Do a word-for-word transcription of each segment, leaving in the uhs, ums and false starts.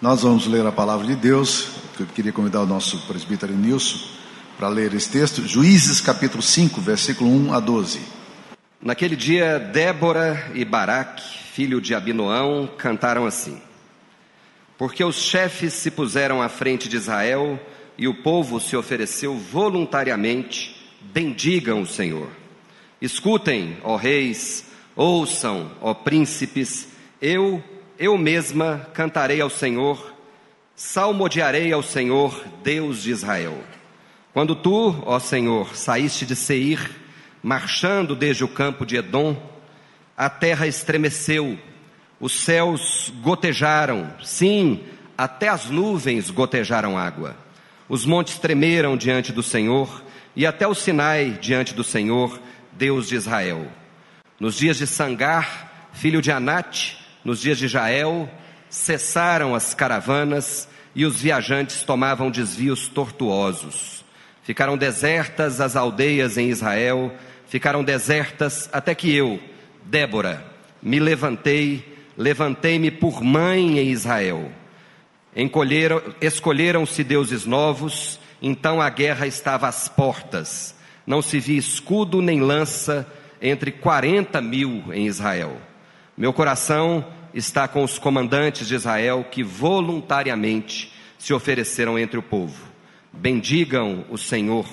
Nós vamos ler a palavra de Deus. Eu queria convidar o nosso presbítero Nilson para ler esse texto, Juízes capítulo cinco, versículo um a doze. Naquele dia, Débora e Baraque, filho de Abinoão, cantaram assim: porque os chefes se puseram à frente de Israel e o povo se ofereceu voluntariamente, bendigam o Senhor. Escutem, ó reis, ouçam, ó príncipes, eu, eu mesma cantarei ao Senhor, salmodiarei ao Senhor, Deus de Israel. Quando tu, ó Senhor, saíste de Seir, marchando desde o campo de Edom, a terra estremeceu, os céus gotejaram, sim, até as nuvens gotejaram água. Os montes tremeram diante do Senhor, e até o Sinai diante do Senhor, Deus de Israel. Nos dias de Sangar, filho de Anate, nos dias de Jael, cessaram as caravanas, e os viajantes tomavam desvios tortuosos. Ficaram desertas as aldeias em Israel, ficaram desertas até que eu, Débora, me levantei, levantei-me por mãe em Israel. Encolheram, escolheram-se deuses novos, então a guerra estava às portas. Não se via escudo nem lança entre quarenta mil em Israel. Meu coração está com os comandantes de Israel que voluntariamente se ofereceram entre o povo. Bendigam o Senhor,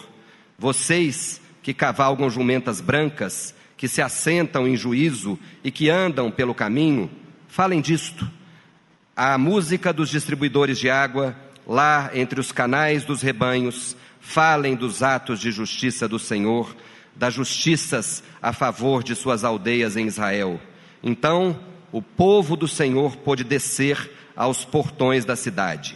vocês que cavalgam jumentas brancas, que se assentam em juízo e que andam pelo caminho, falem disto. A música dos distribuidores de água, lá entre os canais dos rebanhos, falem dos atos de justiça do Senhor, das justiças a favor de suas aldeias em Israel. Então o povo do Senhor pôde descer aos portões da cidade.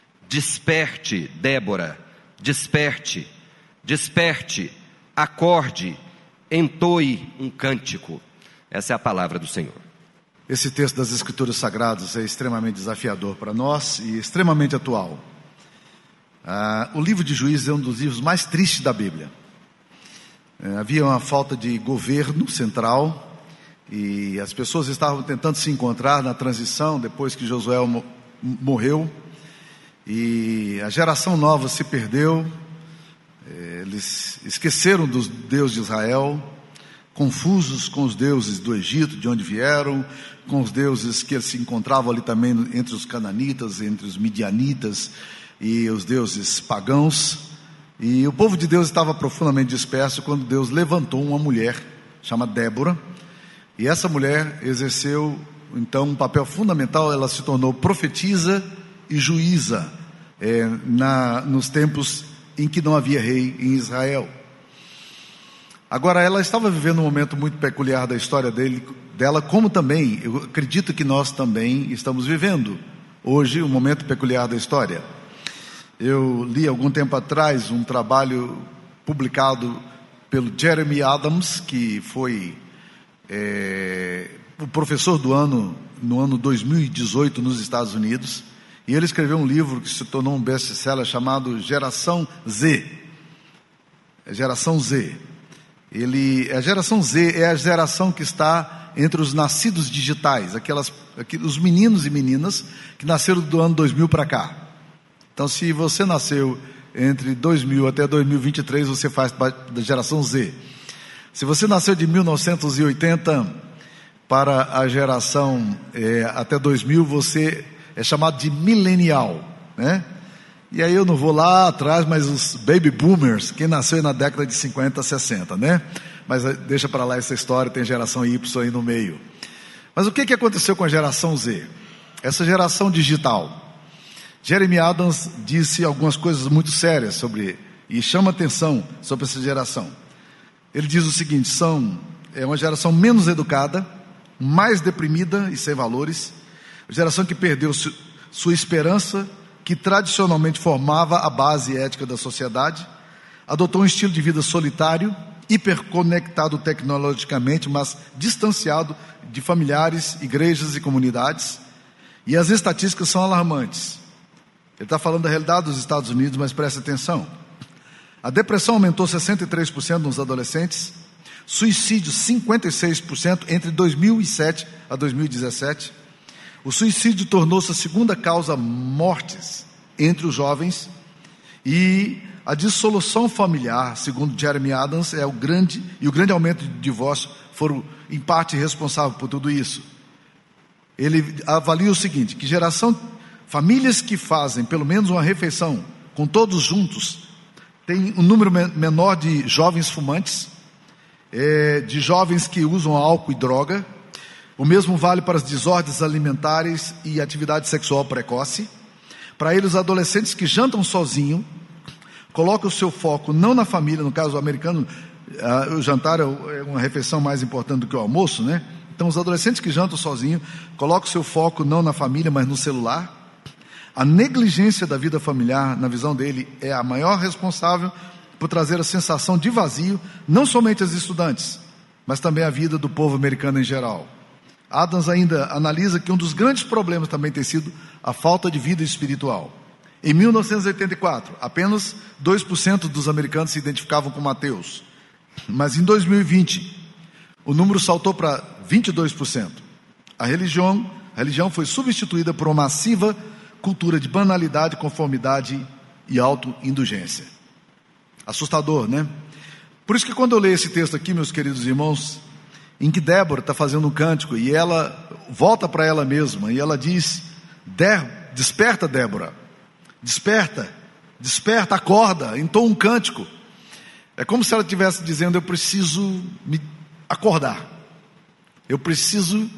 Desperte, Débora, desperte, desperte, acorde, entoe um cântico. Essa é a palavra do Senhor. Esse texto das Escrituras Sagradas é extremamente desafiador para nós e extremamente atual. Ah, o livro de Juízes é um dos livros mais tristes da Bíblia. É, havia uma falta de governo central e as pessoas estavam tentando se encontrar na transição depois que Josué mo- morreu. E a geração nova se perdeu, eles esqueceram dos deuses de Israel, confusos com os deuses do Egito, de onde vieram, com os deuses que se encontravam ali também entre os cananitas, entre os midianitas e os deuses pagãos. E o povo de Deus estava profundamente disperso quando Deus levantou uma mulher, chamada Débora, e essa mulher exerceu então um papel fundamental. Ela se tornou profetisa e juíza é, na, nos tempos em que não havia rei em Israel. Agora, ela estava vivendo um momento muito peculiar da história dele, dela, como também, eu acredito que nós também estamos vivendo hoje um momento peculiar da história. Eu li algum tempo atrás um trabalho publicado pelo Jeremy Adams, que foi é, o professor do ano, no ano dois mil e dezoito nos Estados Unidos, e ele escreveu um livro que se tornou um best-seller chamado Geração Z. Geração Z. Ele, a geração Z é a geração que está entre os nascidos digitais, aquelas, os meninos e meninas que nasceram do ano dois mil para cá. Então, se você nasceu entre dois mil até dois mil e vinte e três, você faz parte da geração Z. Se você nasceu de mil novecentos e oitenta para a geração é, até dois mil, você é chamado de millennial, né? E aí eu não vou lá atrás, mas os baby boomers, quem nasceu na década de cinquenta, sessenta, né? Mas deixa para lá essa história, tem geração Y aí no meio. Mas o que, que aconteceu com a geração Z? Essa geração digital. Jeremy Adams disse algumas coisas muito sérias sobre, e chama atenção sobre essa geração. Ele diz o seguinte: são, é uma geração menos educada, mais deprimida e sem valores, geração que perdeu su, sua esperança, que tradicionalmente formava a base ética da sociedade, adotou um estilo de vida solitário, hiperconectado tecnologicamente, mas distanciado de familiares, igrejas e comunidades. E as estatísticas são alarmantes. Ele está falando da realidade dos Estados Unidos, mas preste atenção. A depressão aumentou sessenta e três por cento nos adolescentes, suicídio cinquenta e seis por cento entre dois mil e sete a dois mil e dezessete. O suicídio tornou-se a segunda causa mortes entre os jovens, e a dissolução familiar, segundo Jeremy Adams, é o grande, e o grande aumento de divórcio foram, em parte, responsáveis por tudo isso. Ele avalia o seguinte, que geração, famílias que fazem pelo menos uma refeição com todos juntos, tem um número menor de jovens fumantes, é, de jovens que usam álcool e droga. O mesmo vale para as desordens alimentares e atividade sexual precoce. Para eles, os adolescentes que jantam sozinho, colocam o seu foco não na família, no caso americano, uh, o jantar é uma refeição mais importante do que o almoço, né? Então, os adolescentes que jantam sozinho, colocam o seu foco não na família, mas no celular. A negligência da vida familiar, na visão dele, é a maior responsável por trazer a sensação de vazio, não somente aos estudantes, mas também à vida do povo americano em geral. Adams ainda analisa que um dos grandes problemas também tem sido a falta de vida espiritual. Em mil novecentos e oitenta e quatro, apenas dois por cento dos americanos se identificavam como ateus. Mas em dois mil e vinte, o número saltou para vinte e dois por cento. A religião, a religião foi substituída por uma massiva cultura de banalidade, conformidade e autoindulgência. Assustador, né? Por isso que quando eu leio esse texto aqui, meus queridos irmãos, em que Débora está fazendo um cântico e ela volta para ela mesma e ela diz: desperta, Débora, desperta, desperta, acorda, entoa um cântico. É como se ela estivesse dizendo: eu preciso me acordar, eu preciso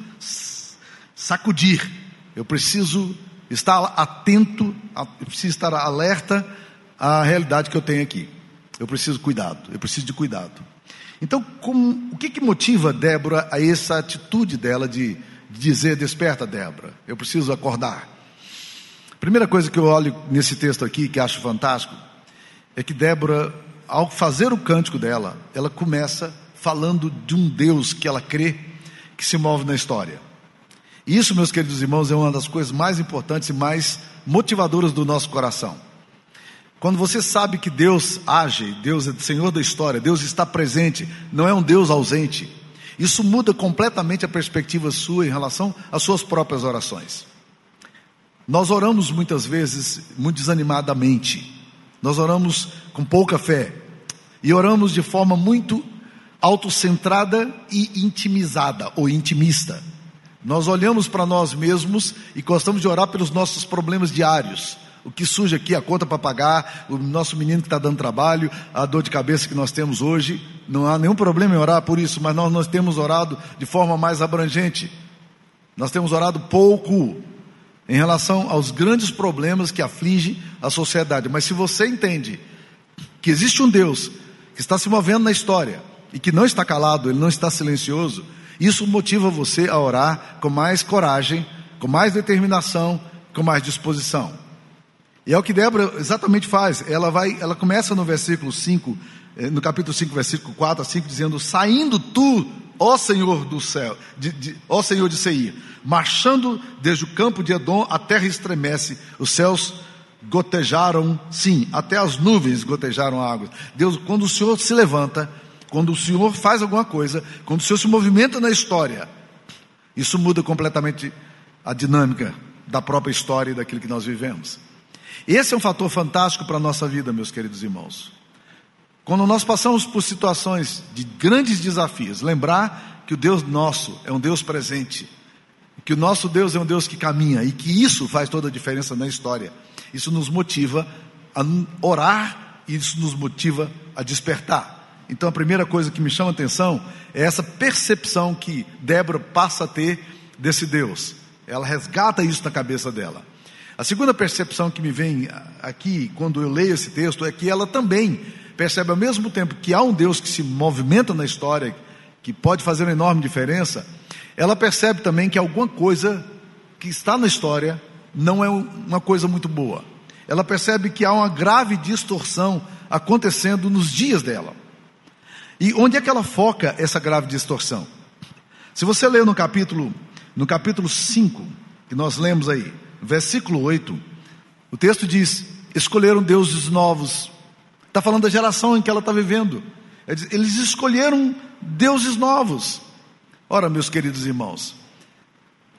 sacudir, eu preciso estar atento, eu preciso estar alerta à realidade que eu tenho aqui. Eu preciso cuidado, eu preciso de cuidado. Então, como, o que, que motiva Débora a essa atitude dela de, de dizer: desperta, Débora, eu preciso acordar? Primeira coisa que eu olho nesse texto aqui, que acho fantástico, é que Débora, ao fazer o cântico dela, ela começa falando de um Deus que ela crê, que se move na história. E isso, meus queridos irmãos, é uma das coisas mais importantes e mais motivadoras do nosso coração. Quando você sabe que Deus age, Deus é o Senhor da história, Deus está presente, não é um Deus ausente, isso muda completamente a perspectiva sua em relação às suas próprias orações. Nós oramos muitas vezes muito desanimadamente, nós oramos com pouca fé, e oramos de forma muito autocentrada e intimizada, ou intimista. Nós olhamos para nós mesmos e gostamos de orar pelos nossos problemas diários. O que surge aqui, a conta para pagar, o nosso menino que está dando trabalho, a dor de cabeça que nós temos hoje. Não há nenhum problema em orar por isso, mas nós, nós temos orado de forma mais abrangente. Nós temos orado pouco em relação aos grandes problemas que afligem a sociedade. Mas se você entende que existe um Deus que está se movendo na história e que não está calado, Ele não está silencioso, isso motiva você a orar com mais coragem, com mais determinação, com mais disposição. E é o que Débora exatamente faz. Ela vai, ela começa no versículo cinco, no capítulo cinco, versículo quatro a cinco, dizendo: saindo tu, ó Senhor do céu, de, de, ó Senhor de Seir, marchando desde o campo de Edom, a terra estremece, os céus gotejaram, sim, até as nuvens gotejaram águas. Deus, quando o Senhor se levanta, quando o Senhor faz alguma coisa, quando o Senhor se movimenta na história, isso muda completamente a dinâmica da própria história e daquilo que nós vivemos. Esse é um fator fantástico para a nossa vida, meus queridos irmãos. Quando nós passamos por situações de grandes desafios, lembrar que o Deus nosso é um Deus presente, que o nosso Deus é um Deus que caminha, e que isso faz toda a diferença na história. Isso nos motiva a orar, e isso nos motiva a despertar. Então a primeira coisa que me chama a atenção é essa percepção que Débora passa a ter desse Deus. Ela resgata isso na cabeça dela. A segunda percepção que me vem aqui, quando eu leio esse texto, é que ela também percebe ao mesmo tempo que há um Deus que se movimenta na história, que pode fazer uma enorme diferença. Ela percebe também que alguma coisa que está na história não é uma coisa muito boa. Ela percebe que há uma grave distorção acontecendo nos dias dela. E onde é que ela foca essa grave distorção? Se você ler no capítulo, no capítulo cinco, que nós lemos aí, versículo oito, o texto diz: escolheram deuses novos. Está falando da geração em que ela está vivendo. Eles escolheram deuses novos. Ora, meus queridos irmãos,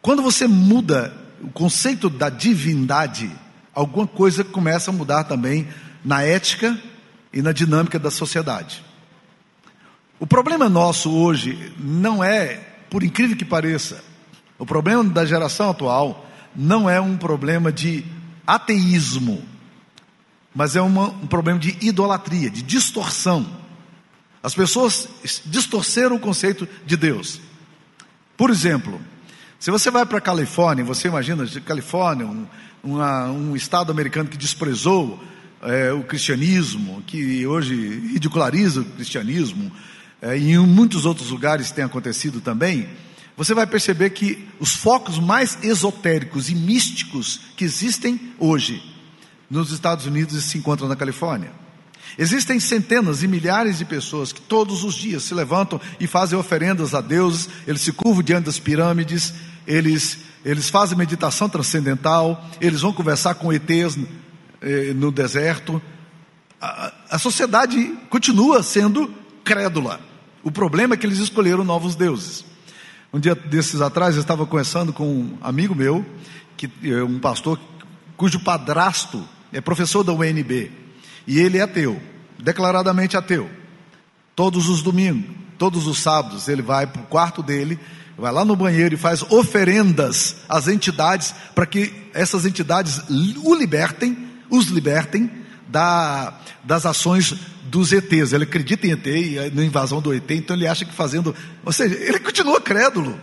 Quando você muda o conceito da divindade, alguma coisa começa a mudar também na ética e na dinâmica da sociedade. O problema nosso hoje não é, por incrível que pareça, o problema da geração atual não é um problema de ateísmo, mas é uma, um problema de idolatria, de distorção. As pessoas distorceram o conceito de Deus. Por exemplo, se você vai para a Califórnia, você imagina, Califórnia, um, uma, um estado americano que desprezou é, o cristianismo, que hoje ridiculariza o cristianismo, é, e em muitos outros lugares tem acontecido também, você vai perceber que os focos mais esotéricos e místicos que existem hoje nos Estados Unidos se encontram na Califórnia. Existem centenas e milhares de pessoas que todos os dias se levantam e fazem oferendas a deuses, eles se curvam diante das pirâmides, eles, eles fazem meditação transcendental, eles vão conversar com E Tês eh, no deserto. A, a sociedade continua sendo crédula. O problema é que eles escolheram novos deuses. Um dia desses atrás eu estava conversando com um amigo meu, que é um pastor cujo padrasto é professor da U N B, e ele é ateu, declaradamente ateu. Todos os domingos, todos os sábados, ele vai para o quarto dele, vai lá no banheiro e faz oferendas às entidades, para que essas entidades o libertem, os libertem da, das ações dos E Tês. Ele acredita em E T e na invasão do E T, então ele acha que fazendo, ou seja, ele continua crédulo.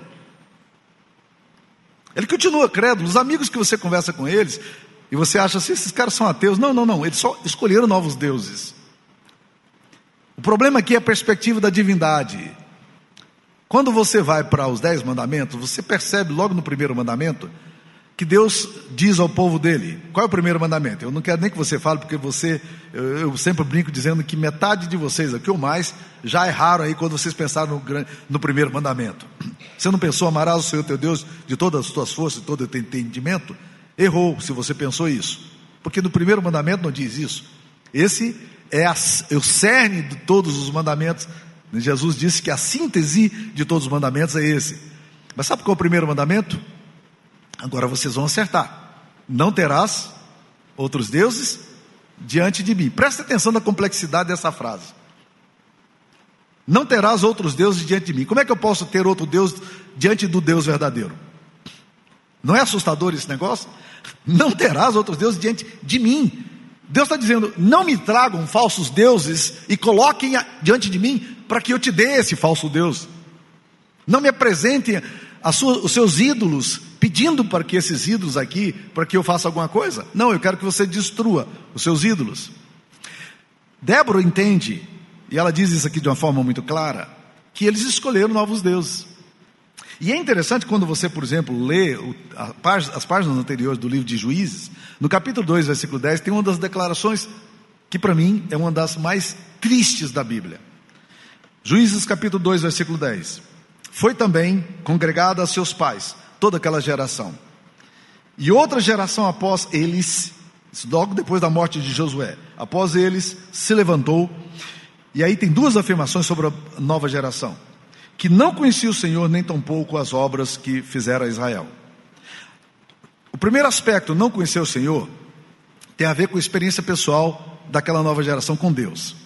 Ele continua crédulo. Os amigos que você conversa com eles, e você acha assim, esses caras são ateus. Não, não, não, eles só escolheram novos deuses. O problema aqui é a perspectiva da divindade. Quando você vai para os dez mandamentos, você percebe logo no primeiro mandamento que Deus diz ao povo dele. Qual é o primeiro mandamento? Eu não quero nem que você fale, porque você, eu, eu sempre brinco dizendo que metade de vocês aqui ou mais já erraram aí quando vocês pensaram no, no primeiro mandamento. Você não pensou amarás o Senhor teu Deus de todas as tuas forças, de todo o teu entendimento? Errou se você pensou isso, porque no primeiro mandamento não diz isso. Esse é, a, é o cerne de todos os mandamentos. Jesus disse que a síntese de todos os mandamentos é esse. Mas sabe qual é o primeiro mandamento? Agora vocês vão acertar. Não terás outros deuses diante de mim. Presta atenção na complexidade dessa frase. Não terás outros deuses diante de mim. Como é que eu posso ter outro Deus diante do Deus verdadeiro? Não é assustador esse negócio? Não terás outros deuses diante de mim. Deus está dizendo, não me tragam falsos deuses e coloquem a, diante de mim para que eu te dê esse falso Deus. Não me apresentem a sua, os seus ídolos, pedindo para que esses ídolos aqui, para que eu faça alguma coisa. Não, eu quero que você destrua os seus ídolos. Débora entende, e ela diz isso aqui de uma forma muito clara, que eles escolheram novos deuses. E é interessante quando você, por exemplo, lê o, a, as páginas anteriores do livro de Juízes, no capítulo dois, versículo dez, tem uma das declarações que para mim é uma das mais tristes da Bíblia. Juízes capítulo dois, versículo dez. Foi também congregada a seus pais, toda aquela geração. E outra geração após eles, logo depois da morte de Josué, após eles se levantou, e aí tem duas afirmações sobre a nova geração, que não conhecia o Senhor, nem tampouco as obras que fizeram a Israel. O primeiro aspecto, não conhecer o Senhor, tem a ver com a experiência pessoal daquela nova geração com Deus.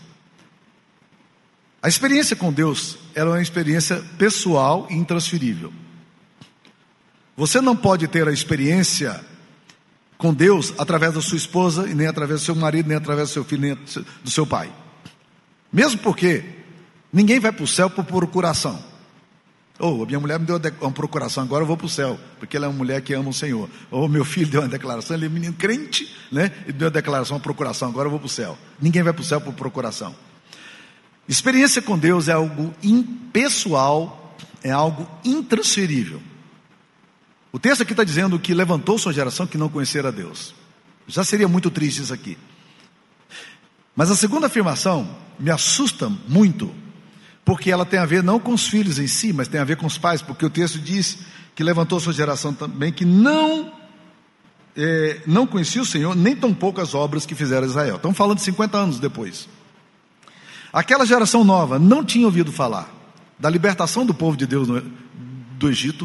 A experiência com Deus, ela é uma experiência pessoal e intransferível. Você não pode ter a experiência com Deus através da sua esposa, e nem através do seu marido, nem através do seu filho, nem do seu pai. Mesmo porque ninguém vai para o céu por procuração. Ou, oh, a minha mulher me deu uma procuração, agora eu vou para o céu, porque ela é uma mulher que ama o Senhor. Ou, oh, meu filho deu uma declaração, ele é um menino crente, né? E deu uma declaração, uma procuração, agora eu vou para o céu. Ninguém vai para o céu por procuração. Experiência com Deus é algo impessoal, é algo intransferível. O texto aqui está dizendo que levantou sua geração que não conhecera Deus. Já seria muito triste isso aqui. Mas a segunda afirmação me assusta muito, porque ela tem a ver não com os filhos em si, mas tem a ver com os pais, porque o texto diz que levantou sua geração também que não, é, não conhecia o Senhor, nem tampouco as obras que fizeram Israel. Estamos falando de cinquenta anos depois. Aquela geração nova não tinha ouvido falar da libertação do povo de Deus no, do Egito,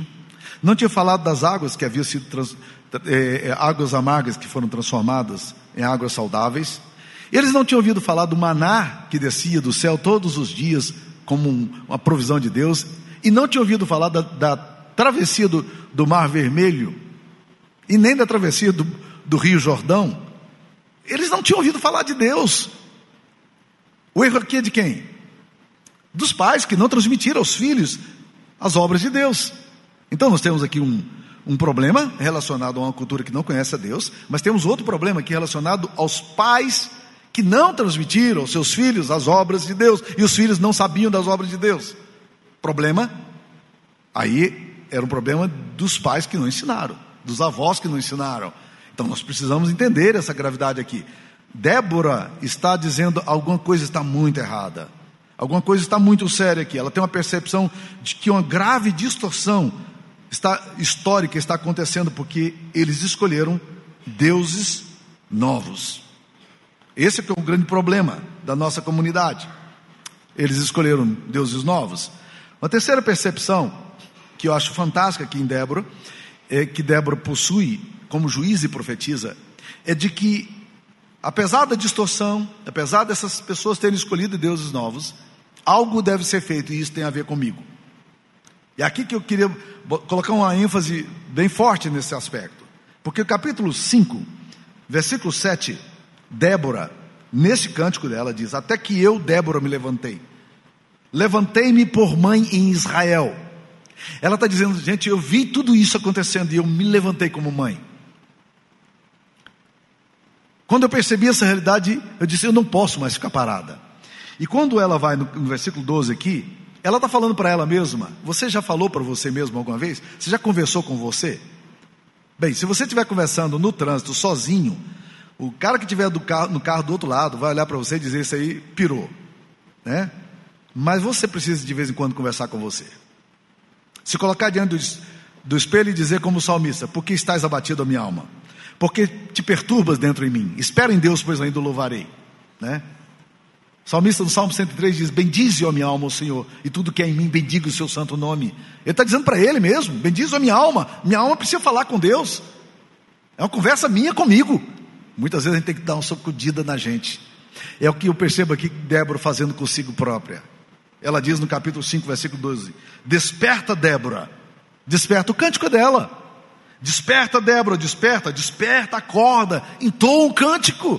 Não tinha falado das águas que haviam sido trans, é, é, águas amargas que foram transformadas em águas saudáveis. Eles não tinham ouvido falar do maná que descia do céu todos os dias como um, uma provisão de Deus. E não tinham ouvido falar da, da travessia do, do Mar Vermelho e nem da travessia do, do Rio Jordão. Eles não tinham ouvido falar de Deus. O erro aqui é de quem? Dos pais que não transmitiram aos filhos as obras de Deus. Então nós temos aqui um, um problema relacionado a uma cultura que não conhece a Deus, mas temos outro problema aqui relacionado aos pais que não transmitiram aos seus filhos as obras de Deus, e os filhos não sabiam das obras de Deus. Problema, aí era um problema dos pais que não ensinaram, dos avós que não ensinaram. Então nós precisamos entender essa gravidade aqui. Débora está dizendo alguma coisa está muito errada. Alguma coisa está muito séria aqui. Ela tem uma percepção de que uma grave distorção está, histórica está acontecendo, porque eles escolheram deuses novos. Esse é, que é um grande problema da nossa comunidade. Eles escolheram deuses novos. Uma terceira percepção que eu acho fantástica aqui em Débora, é que Débora possui como juiz e profetisa, é de que, apesar da distorção, apesar dessas pessoas terem escolhido deuses novos, algo deve ser feito, e isso tem a ver comigo. E aqui que eu queria colocar uma ênfase bem forte nesse aspecto, porque o capítulo cinco, versículo sete, Débora, nesse cântico dela, diz: até que eu, Débora, me levantei, levantei-me por mãe em Israel. Ela está dizendo, gente, eu vi tudo isso acontecendo e eu me levantei como mãe. Quando eu percebi essa realidade, eu disse, eu não posso mais ficar parada. E quando ela vai no, no versículo doze aqui, ela está falando para ela mesma. Você já falou para você mesmo alguma vez? Você já conversou com você? Bem, se você estiver conversando no trânsito sozinho, o cara que estiver do carro, no carro do outro lado vai olhar para você e dizer, isso aí pirou, né? Mas você precisa de vez em quando conversar com você. Se colocar diante do, do espelho e dizer como salmista: por que estás abatido a minha alma? Porque te perturbas dentro em mim? Espera em Deus, pois ainda o louvarei, né? O salmista no Salmo cento e três diz: bendize, ó minha alma, o Senhor, e tudo que é em mim, bendiga o seu santo nome. Ele está dizendo para ele mesmo: bendize a minha alma. Minha alma precisa falar com Deus. É uma conversa minha comigo. Muitas vezes a gente tem que dar uma sacudida na gente. É o que eu percebo aqui Débora fazendo consigo própria. Ela diz no capítulo cinco, versículo doze: desperta, Débora, desperta. O cântico é dela. Desperta, Débora, desperta, desperta, acorda, entoa um cântico.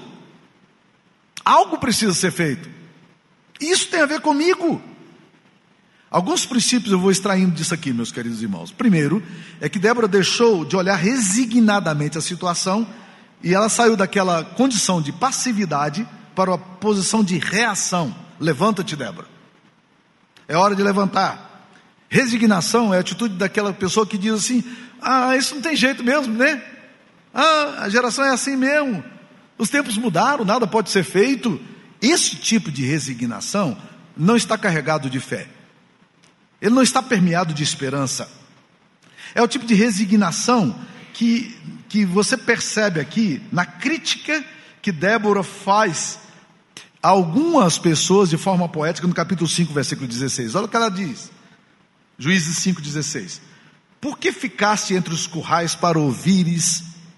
Algo precisa ser feito. Isso tem a ver comigo. Alguns princípios eu vou extraindo disso aqui, meus queridos irmãos. Primeiro, é que Débora deixou de olhar resignadamente a situação, e ela saiu daquela condição de passividade para a posição de reação. Levanta-te, Débora. É hora de levantar. Resignação é a atitude daquela pessoa que diz assim: ah, isso não tem jeito mesmo, né? Ah, a geração é assim mesmo. Os tempos mudaram, nada pode ser feito. Esse tipo de resignação não está carregado de fé. Ele não está permeado de esperança. É o tipo de resignação que, que você percebe aqui na crítica que Débora faz a algumas pessoas de forma poética no capítulo cinco, versículo dezesseis. Olha o que ela diz. Juízes cinco, dezesseis. Por que ficaste entre os currais para ouvires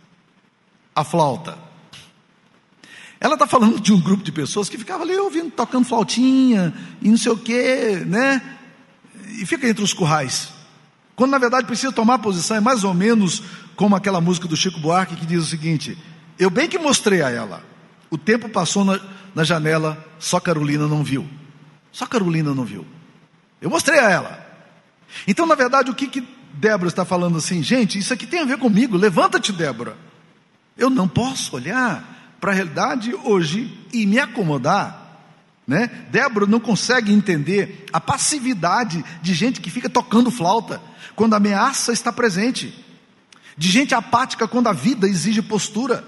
a flauta? Ela está falando de um grupo de pessoas que ficava ali ouvindo, tocando flautinha e não sei o que, né? E fica entre os currais, quando na verdade precisa tomar posição. É mais ou menos como aquela música do Chico Buarque que diz o seguinte: eu bem que mostrei a ela, o tempo passou na, na janela, só Carolina não viu. Só Carolina não viu. Eu mostrei a ela. Então na verdade o que, que Débora está falando assim? Gente, isso aqui tem a ver comigo. Levanta-te, Débora. Eu não posso olhar para a realidade hoje e me acomodar, né? Débora não consegue entender a passividade de gente que fica tocando flauta quando a ameaça está presente, de gente apática quando a vida exige postura.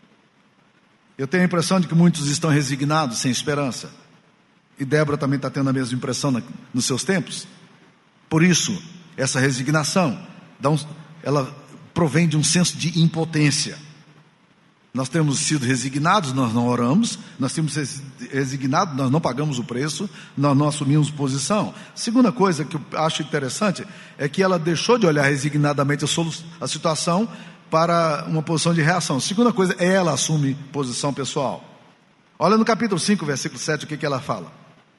Eu tenho a impressão de que muitos estão resignados, sem esperança, e Débora também está tendo a mesma impressão na, nos seus tempos. Por isso, essa resignação dá um, ela provém de um senso de impotência. Nós temos sido resignados, nós não oramos. Nós temos sido resignados, nós não pagamos o preço, nós não assumimos posição. Segunda coisa que eu acho interessante é que ela deixou de olhar resignadamente a, solu- a situação para uma posição de reação. Segunda coisa, ela assume posição pessoal. Olha no capítulo cinco, versículo sete, o que, que ela fala.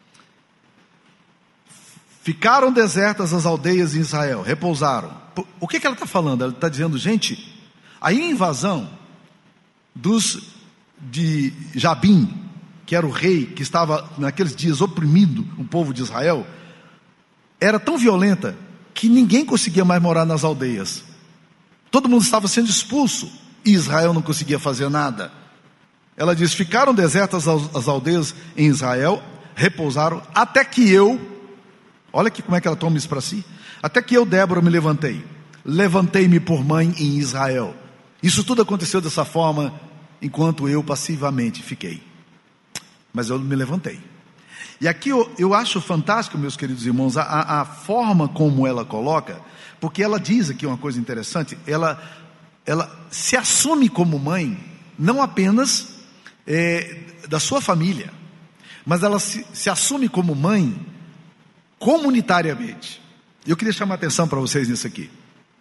Ficaram desertas as aldeias em Israel, repousaram. O que, que ela está falando? Ela está dizendo, gente, a invasão dos de Jabim, que era o rei que estava naqueles dias oprimindo o povo de Israel, era tão violenta que ninguém conseguia mais morar nas aldeias. Todo mundo estava sendo expulso e Israel não conseguia fazer nada. Ela diz, ficaram desertas as aldeias em Israel, repousaram, até que eu, olha aqui como é que ela toma isso para si, até que eu, Débora, me levantei, levantei-me por mãe em Israel. Isso tudo aconteceu dessa forma, enquanto eu passivamente fiquei. Mas eu me levantei. E aqui eu, eu acho fantástico, meus queridos irmãos, a, a forma como ela coloca, porque ela diz aqui uma coisa interessante, ela, ela se assume como mãe, não apenas é, da sua família, mas ela se, se assume como mãe comunitariamente. Eu queria chamar a atenção para vocês nisso aqui.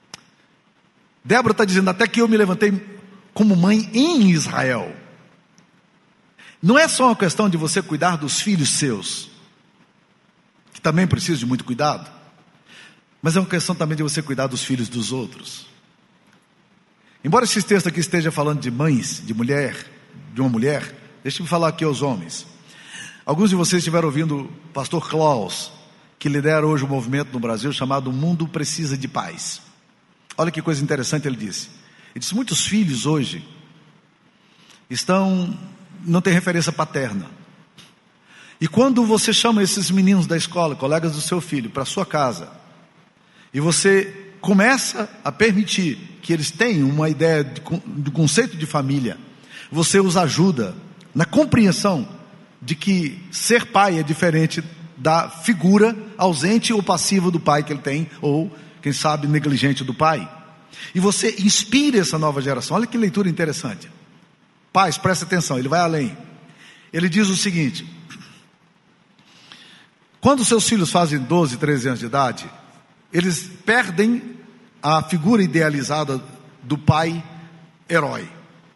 Débora está dizendo, até que eu me levantei como mãe em Israel. Não é só uma questão de você cuidar dos filhos seus, que também precisam de muito cuidado, mas é uma questão também de você cuidar dos filhos dos outros. Embora esse texto aqui esteja falando de mães, de mulher, de uma mulher, deixe-me falar aqui aos homens. Alguns de vocês estiveram ouvindo o pastor Klaus, que lidera hoje um movimento no Brasil chamado Mundo Precisa de Paz. Olha que coisa interessante ele disse. Ele disse, muitos filhos hoje estão, não têm referência paterna. E quando você chama esses meninos da escola, colegas do seu filho, para a sua casa, e você começa a permitir que eles tenham uma ideia de, de conceito de família, você os ajuda na compreensão de que ser pai é diferente da figura ausente ou passiva do pai que ele tem, ou quem sabe negligente do pai. E você inspira essa nova geração. Olha que leitura interessante. Pais, presta atenção, ele vai além. Ele diz o seguinte: quando seus filhos fazem doze, treze anos de idade, eles perdem a figura idealizada do pai herói.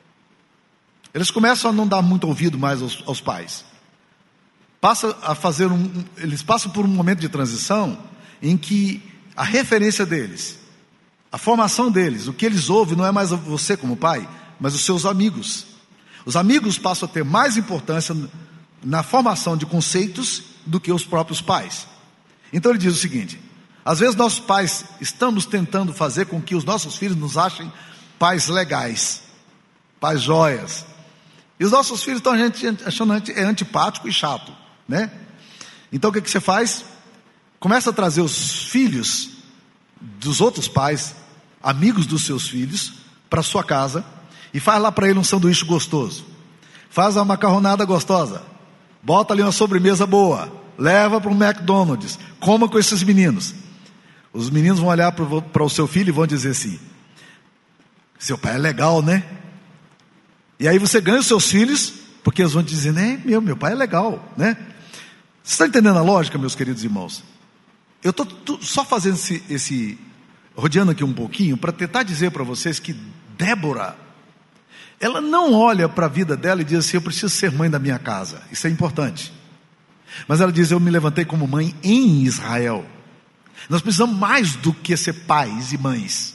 Eles começam a não dar muito ouvido mais aos, aos pais. Passa a fazer um, eles passam por um momento de transição em que a referência deles, a formação deles, o que eles ouvem não é mais você como pai, mas os seus amigos. Os amigos passam a ter mais importância na formação de conceitos do que os próprios pais. Então ele diz o seguinte: às vezes nossos pais estamos tentando fazer com que os nossos filhos nos achem pais legais, pais joias. E os nossos filhos estão achando é antipático e chato, né? Então o que, que você faz? Começa a trazer os filhos dos outros pais, amigos dos seus filhos, para sua casa, e faz lá para ele um sanduíche gostoso, faz uma macarronada gostosa, bota ali uma sobremesa boa, leva para um McDonald's, coma com esses meninos. Os meninos vão olhar para o seu filho e vão dizer assim: seu pai é legal, né? E aí você ganha os seus filhos, porque eles vão dizer, né, meu, meu pai é legal, né? Você está entendendo a lógica, meus queridos irmãos? Eu estou só fazendo esse, esse, rodeando aqui um pouquinho, para tentar dizer para vocês que Débora, ela não olha para a vida dela e diz assim, eu preciso ser mãe da minha casa. Isso é importante. Mas ela diz, eu me levantei como mãe em Israel. Nós precisamos mais do que ser pais e mães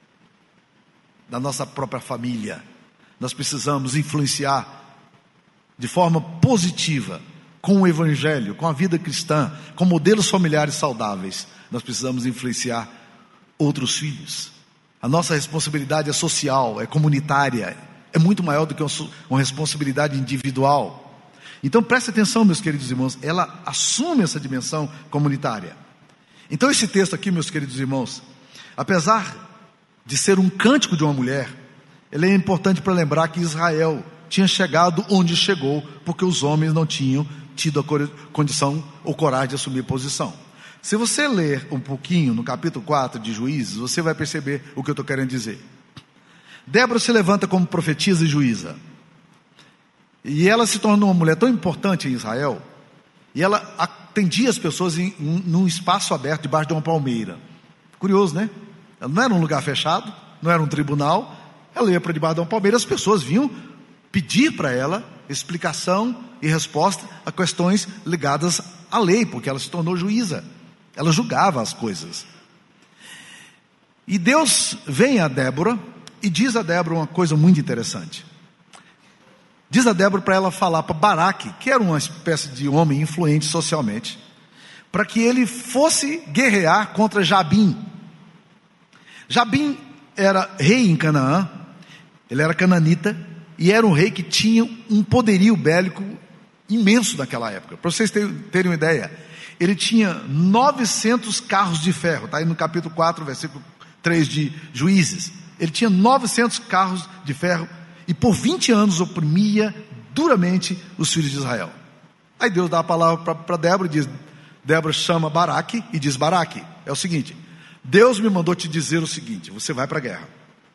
da nossa própria família. Nós precisamos influenciar de forma positiva, com o evangelho, com a vida cristã, com modelos familiares saudáveis. Nós precisamos influenciar outros filhos. A nossa responsabilidade é social, é comunitária, é muito maior do que uma responsabilidade individual. Então preste atenção, meus queridos irmãos, ela assume essa dimensão comunitária. Então esse texto aqui, meus queridos irmãos, apesar de ser um cântico de uma mulher, ele é importante para lembrar que Israel tinha chegado onde chegou, porque os homens não tinham tido a condição ou coragem de assumir posição. Se você ler um pouquinho no capítulo quatro de Juízes, você vai perceber o que eu estou querendo dizer. Débora se levanta como profetisa e juíza. E ela se tornou uma mulher tão importante em Israel, e ela atendia as pessoas em, em, num espaço aberto, debaixo de uma palmeira. Curioso, né? Ela não era um lugar fechado, não era um tribunal. Ela ia para debaixo de uma palmeira, as pessoas vinham pedir para ela explicação e resposta a questões ligadas à lei, porque ela se tornou juíza. Ela julgava as coisas. E Deus vem a Débora e diz a Débora uma coisa muito interessante. Diz a Débora para ela falar para Baraque, que era uma espécie de homem influente socialmente, para que ele fosse guerrear contra Jabim. Jabim era rei em Canaã, ele era cananita, e era um rei que tinha um poderio bélico imenso naquela época. Para vocês terem, terem uma ideia, ele tinha novecentos carros de ferro, está aí no capítulo quatro, versículo três de Juízes. Ele tinha novecentos carros de ferro, e por vinte anos oprimia duramente os filhos de Israel. Aí Deus dá a palavra para Débora e diz, Débora chama Baraque e diz, Baraque, é o seguinte, Deus me mandou te dizer o seguinte, você vai para a guerra.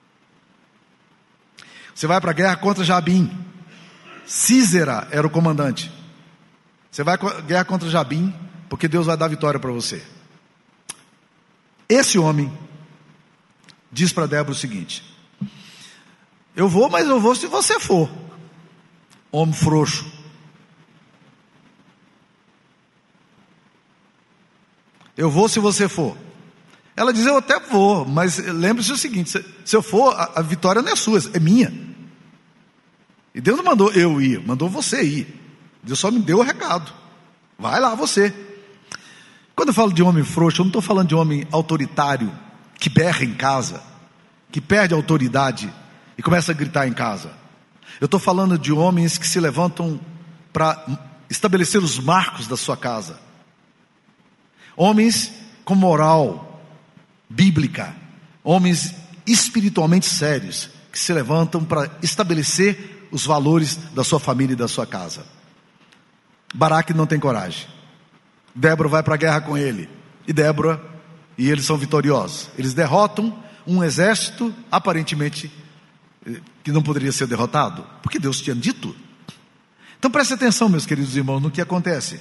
Você vai para a guerra contra Jabim. Sísera era o comandante. Você vai para a guerra contra Jabim, porque Deus vai dar vitória para você. Esse homem diz para Débora o seguinte, eu vou, mas eu vou se você for. Homem frouxo. Eu vou se você for. Ela diz, eu até vou, mas lembre-se o seguinte, se, se eu for, a, a vitória não é sua, é minha. E Deus não mandou eu ir, mandou você ir. Deus só me deu o recado. Vai lá você. Quando eu falo de homem frouxo, eu não estou falando de homem autoritário, que berra em casa, que perde a autoridade e começa a gritar em casa. Eu estou falando de homens que se levantam para estabelecer os marcos da sua casa. Homens com moral bíblica, homens espiritualmente sérios, que se levantam para estabelecer os valores da sua família e da sua casa. Baraque não tem coragem. Débora vai para a guerra com ele, e Débora e eles são vitoriosos. Eles derrotam um exército aparentemente que não poderia ser derrotado, porque Deus tinha dito. Então preste atenção, meus queridos irmãos, no que acontece.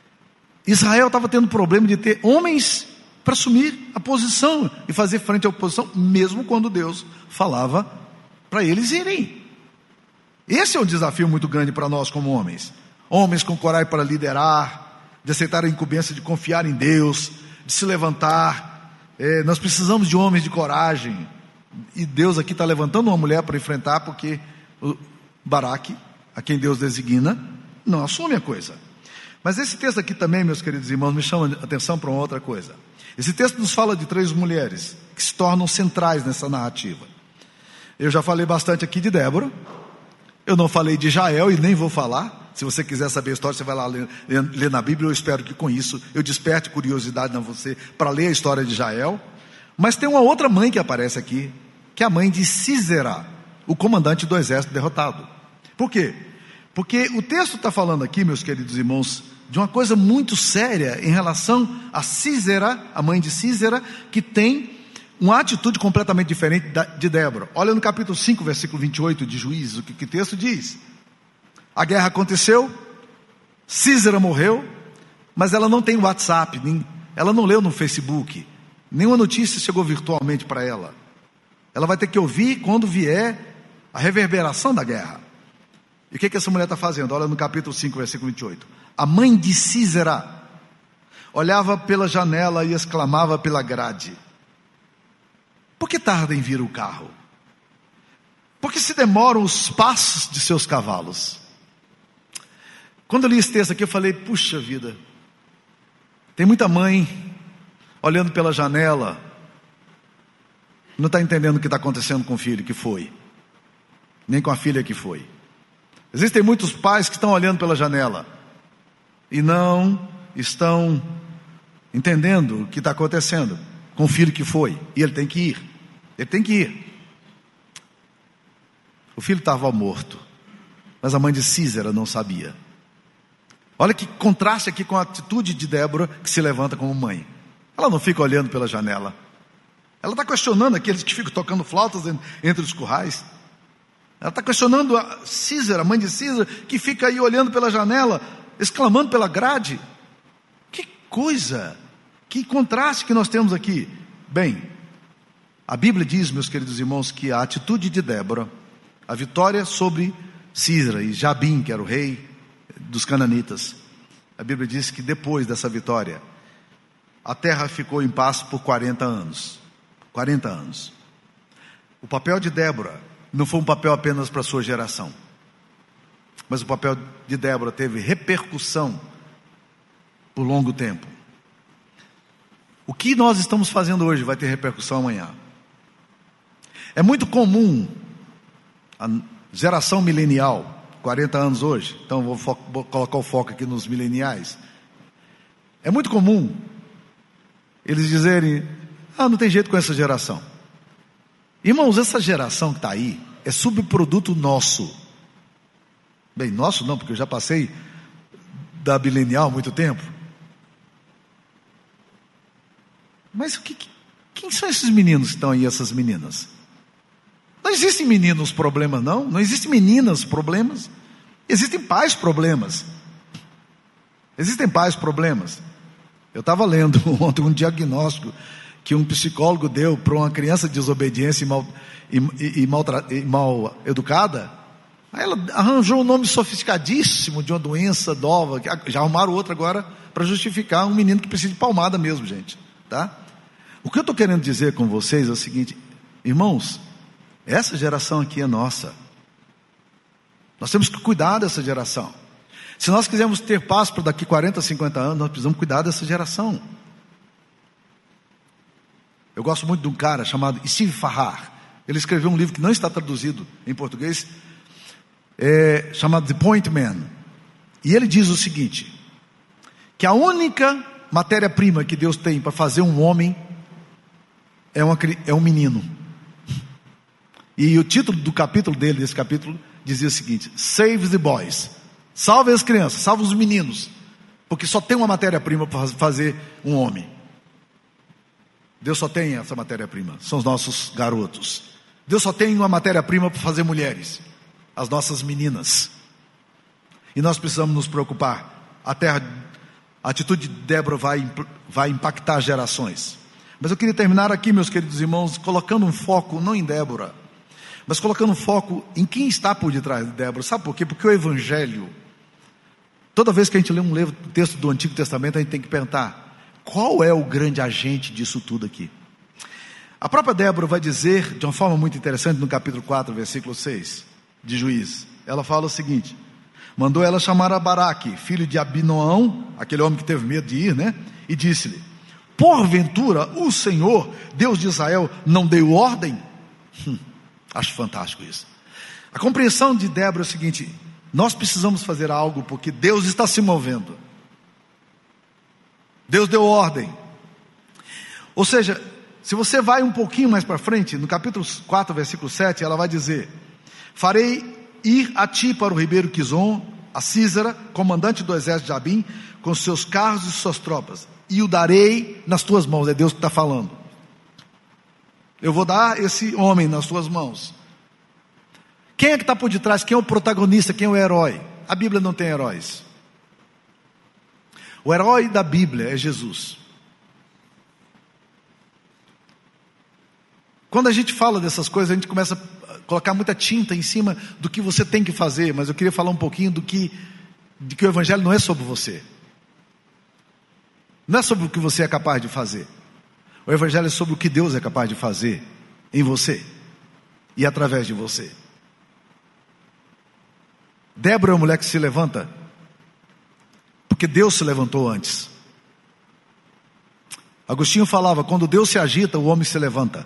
Israel estava tendo problema de ter homens para assumir a posição e fazer frente à oposição, mesmo quando Deus falava para eles irem. Esse é um desafio muito grande para nós como homens. Homens com coragem para liderar, de aceitar a incumbência de confiar em Deus, de se levantar. É, nós precisamos de homens de coragem. E Deus aqui está levantando uma mulher para enfrentar, porque o Baraque, a quem Deus designa, não assume a coisa. Mas esse texto aqui também, meus queridos irmãos, me chama a atenção para uma outra coisa. Esse texto nos fala de três mulheres que se tornam centrais nessa narrativa. Eu já falei bastante aqui de Débora. Eu não falei de Jael e nem vou falar. Se você quiser saber a história, você vai lá ler, ler na Bíblia. Eu espero que com isso eu desperte curiosidade em você para ler a história de Jael. Mas tem uma outra mãe que aparece aqui, que é a mãe de Sísera, o comandante do exército derrotado. Por quê? Porque o texto está falando aqui, meus queridos irmãos, de uma coisa muito séria em relação a Sísera, a mãe de Sísera, que tem uma atitude completamente diferente de Débora. Olha no capítulo cinco, versículo vinte e oito de Juízes, o que, que o texto diz. A guerra aconteceu, Sísera morreu, mas ela não tem WhatsApp, nem, ela não leu no Facebook, nenhuma notícia chegou virtualmente para ela. Ela vai ter que ouvir quando vier a reverberação da guerra. E o que, que essa mulher está fazendo? Olha no capítulo cinco, versículo vinte e oito. A mãe de Sísera olhava pela janela e exclamava pela grade: por que tarda em vir o carro? Por que se demoram os passos de seus cavalos? Quando eu li esse texto aqui, eu falei, puxa vida, tem muita mãe olhando pela janela, não está entendendo o que está acontecendo com o filho que foi, nem com a filha que foi. Existem muitos pais que estão olhando pela janela e não estão entendendo o que está acontecendo com o filho que foi, e ele tem que ir, ele tem que ir. O filho estava morto, mas a mãe de Sísera não sabia. Olha que contraste aqui com a atitude de Débora, que se levanta como mãe. Ela não fica olhando pela janela, Ela está questionando aqueles que ficam tocando flautas entre os currais. Ela está questionando a Císara, a mãe de Císara, que fica aí olhando pela janela, exclamando pela grade. Que coisa, que contraste que nós temos aqui. Bem, a Bíblia diz, meus queridos irmãos, que a atitude de Débora, a vitória sobre Císara e Jabim, que era o rei dos cananitas, a Bíblia diz que depois dessa vitória, a terra ficou em paz por quarenta anos. quarenta anos. O papel de Débora não foi um papel apenas para a sua geração, mas o papel de Débora teve repercussão por longo tempo. O que nós estamos fazendo hoje vai ter repercussão amanhã. É muito comum a geração milenial, quarenta anos hoje, então vou, fo- vou colocar o foco aqui nos mileniais. É muito comum eles dizerem: ah, não tem jeito com essa geração. Irmãos, essa geração que está aí é subproduto nosso. Bem, nosso não, porque eu já passei da milenial há muito tempo. Mas o que, quem são esses meninos que estão aí, essas meninas? Não existem meninos problemas, não. Não existem meninas problemas. Existem pais problemas. Existem pais problemas. Eu estava lendo ontem um diagnóstico que um psicólogo deu para uma criança de desobediência e mal, e, e, e mal, e mal educada. Aí ela arranjou um nome sofisticadíssimo de uma doença nova. Já arrumaram outro agora para justificar um menino que precisa de palmada mesmo, gente. Tá? O que eu estou querendo dizer com vocês é o seguinte: irmãos, essa geração aqui é nossa. Nós temos que cuidar dessa geração. Se nós quisermos ter paz para daqui quarenta, cinquenta anos, nós precisamos cuidar dessa geração. Eu gosto muito de um cara chamado Steve Farrar. Ele escreveu um livro que não está traduzido em português, é, chamado The Point Man. E ele diz o seguinte: que a única matéria-prima que Deus tem para fazer um homem é, uma, é um menino. E o título do capítulo dele, desse capítulo, dizia o seguinte: Save the boys. Salve as crianças, salve os meninos, porque só tem uma matéria-prima para fazer um homem. Deus só tem essa matéria-prima, são os nossos garotos. Deus só tem uma matéria-prima para fazer mulheres, as nossas meninas. E nós precisamos nos preocupar. A terra, a atitude de Débora vai, vai impactar gerações. Mas eu queria terminar aqui, meus queridos irmãos, colocando um foco não em Débora, mas colocando um foco em quem está por detrás de Débora. Sabe por quê? Porque o Evangelho, toda vez que a gente lê um texto do Antigo Testamento, a gente tem que perguntar: qual é o grande agente disso tudo aqui? A própria Débora vai dizer, de uma forma muito interessante, no capítulo quatro, versículo seis, de Juízes. Ela fala o seguinte: mandou ela chamar a Baraque, filho de Abinoão, aquele homem que teve medo de ir, né? E disse-lhe: porventura o Senhor, Deus de Israel, não deu ordem? Hum, acho fantástico isso. A compreensão de Débora é o seguinte: nós precisamos fazer algo porque Deus está se movendo. Deus deu ordem. Ou seja, se você vai um pouquinho mais para frente, no capítulo quatro, versículo sete, ela vai dizer: farei ir a ti para o ribeiro Quizon, a Císara, comandante do exército de Jabim, com seus carros e suas tropas, e o darei nas tuas mãos. É Deus que está falando. Eu vou dar esse homem nas tuas mãos. Quem é que está por detrás? Quem é o protagonista? Quem é o herói? A Bíblia não tem heróis. O herói da Bíblia é Jesus. Quando a gente fala dessas coisas, a gente começa a colocar muita tinta em cima do que você tem que fazer, mas eu queria falar um pouquinho do que, de que o Evangelho não é sobre você. Não é sobre o que você é capaz de fazer. O Evangelho é sobre o que Deus é capaz de fazer em você e através de você. Débora é uma mulher que se levanta porque Deus se levantou antes. Agostinho falava: quando Deus se agita, o homem se levanta.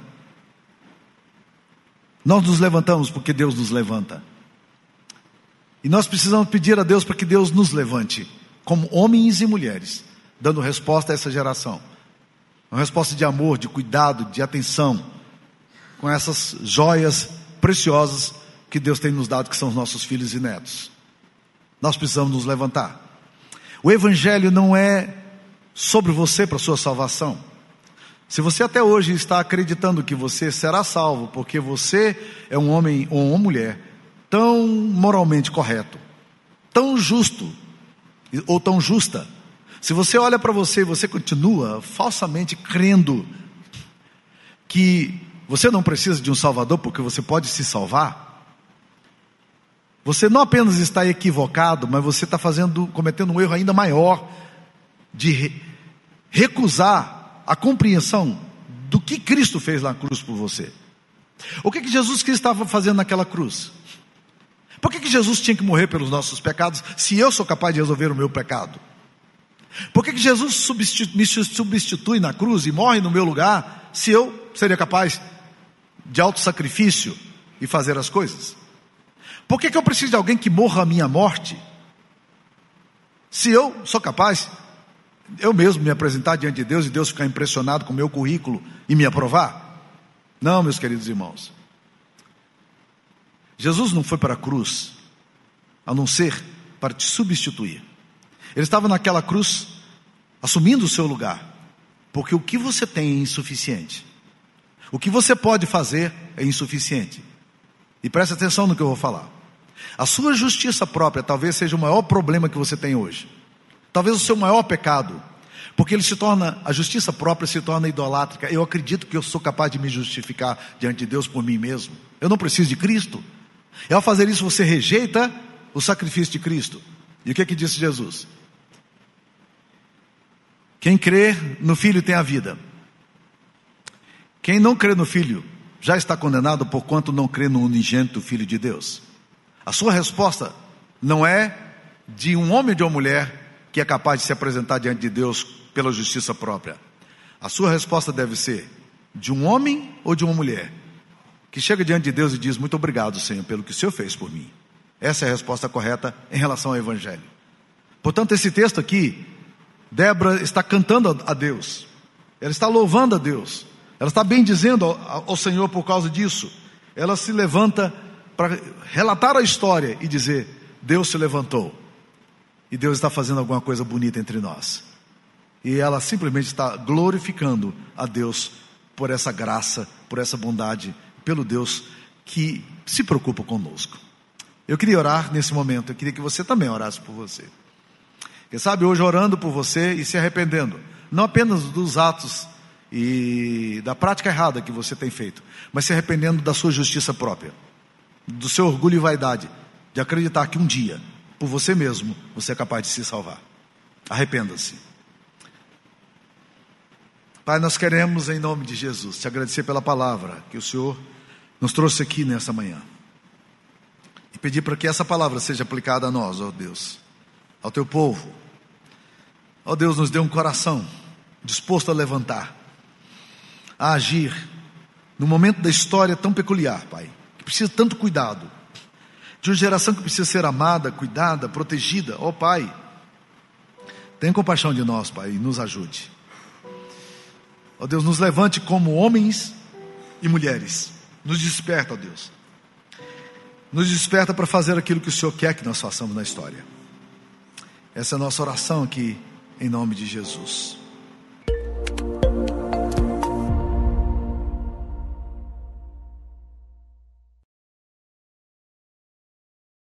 Nós nos levantamos porque Deus nos levanta. E nós precisamos pedir a Deus para que Deus nos levante, como homens e mulheres, dando resposta a essa geração. Uma resposta de amor, de cuidado, de atenção, com essas joias preciosas que Deus tem nos dado, que são os nossos filhos e netos. Nós precisamos nos levantar. O Evangelho não é sobre você para a sua salvação. Se você até hoje está acreditando que você será salvo porque você é um homem ou uma mulher tão moralmente correto, tão justo ou tão justa, se você olha para você e você continua falsamente crendo que você não precisa de um salvador porque você pode se salvar, você não apenas está equivocado, mas você está fazendo, cometendo um erro ainda maior de re, recusar a compreensão do que Cristo fez na cruz por você. O que que Jesus Cristo estava fazendo naquela cruz? Por que que Jesus tinha que morrer pelos nossos pecados, se eu sou capaz de resolver o meu pecado? Por que que Jesus substitu- me substitui na cruz e morre no meu lugar, se eu seria capaz de autossacrifício e fazer as coisas? Por que que eu preciso de alguém que morra a minha morte, se eu sou capaz eu mesmo me apresentar diante de Deus e Deus ficar impressionado com o meu currículo e me aprovar? Não, meus queridos irmãos. Jesus não foi para a cruz a não ser para te substituir. Ele estava naquela cruz assumindo o seu lugar, porque o que você tem é insuficiente. O que você pode fazer é insuficiente. E preste atenção no que eu vou falar. A sua justiça própria talvez seja o maior problema que você tem hoje. Talvez o seu maior pecado, porque ele se torna, a justiça própria se torna idolátrica. Eu acredito que eu sou capaz de me justificar diante de Deus por mim mesmo. Eu não preciso de Cristo. E ao fazer isso você rejeita o sacrifício de Cristo. E o que é que disse Jesus? Quem crê no Filho tem a vida. Quem não crê no Filho já está condenado, porquanto não crê no unigênito Filho de Deus. A sua resposta não é de um homem ou de uma mulher que é capaz de se apresentar diante de Deus pela justiça própria. A sua resposta deve ser de um homem ou de uma mulher que chega diante de Deus e diz: muito obrigado, Senhor, pelo que o Senhor fez por mim. Essa é a resposta correta em relação ao Evangelho. Portanto, esse texto aqui, Débora está cantando a Deus, ela está louvando a Deus, ela está bendizendo ao, ao Senhor por causa disso. Ela se levanta para relatar a história e dizer: Deus se levantou e Deus está fazendo alguma coisa bonita entre nós. E ela simplesmente está glorificando a Deus por essa graça, por essa bondade, pelo Deus que se preocupa conosco. Eu queria orar nesse momento, eu queria que você também orasse por você. Quem sabe hoje orando por você e se arrependendo, não apenas dos atos e da prática errada que você tem feito, mas se arrependendo da sua justiça própria, do seu orgulho e vaidade, de acreditar que um dia, por você mesmo, você é capaz de se salvar. Arrependa-se. Pai, nós queremos em nome de Jesus te agradecer pela palavra que o Senhor nos trouxe aqui nessa manhã, e pedir para que essa palavra seja aplicada a nós, ó Deus, ao teu povo. Ó Deus, nos dê um coração disposto a levantar, a agir num momento da história tão peculiar, Pai, que precisa tanto cuidado, de uma geração que precisa ser amada, cuidada, protegida. Ó Pai, tenha compaixão de nós, Pai, e nos ajude. Ó Deus, nos levante como homens e mulheres, nos desperta, ó Deus, nos desperta para fazer aquilo que o Senhor quer que nós façamos na história. Essa é a nossa oração aqui, em nome de Jesus.